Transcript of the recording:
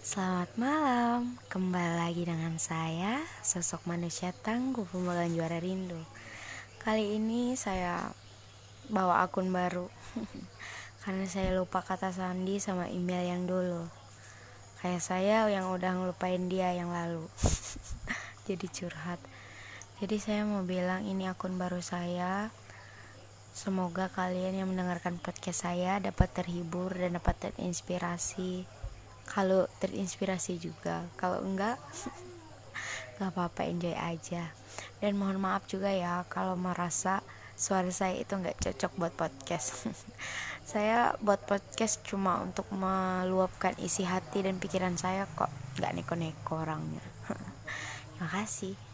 Selamat malam, kembali lagi dengan saya, sosok manusia tangguh pembagian juara rindu. Kali ini saya bawa akun baru karena saya lupa kata sandi sama email yang dulu. Kayak saya yang udah ngelupain dia yang lalu. Jadi curhat. Jadi saya mau bilang ini akun baru saya. Semoga kalian yang mendengarkan podcast saya dapat terhibur dan dapat terinspirasi. Kalau terinspirasi juga, kalau enggak gak apa-apa, enjoy aja. Dan mohon maaf juga ya kalau merasa suara saya itu gak cocok buat podcast. Saya buat podcast cuma untuk meluapkan isi hati dan pikiran saya kok, gak neko-neko orangnya. Terima kasih.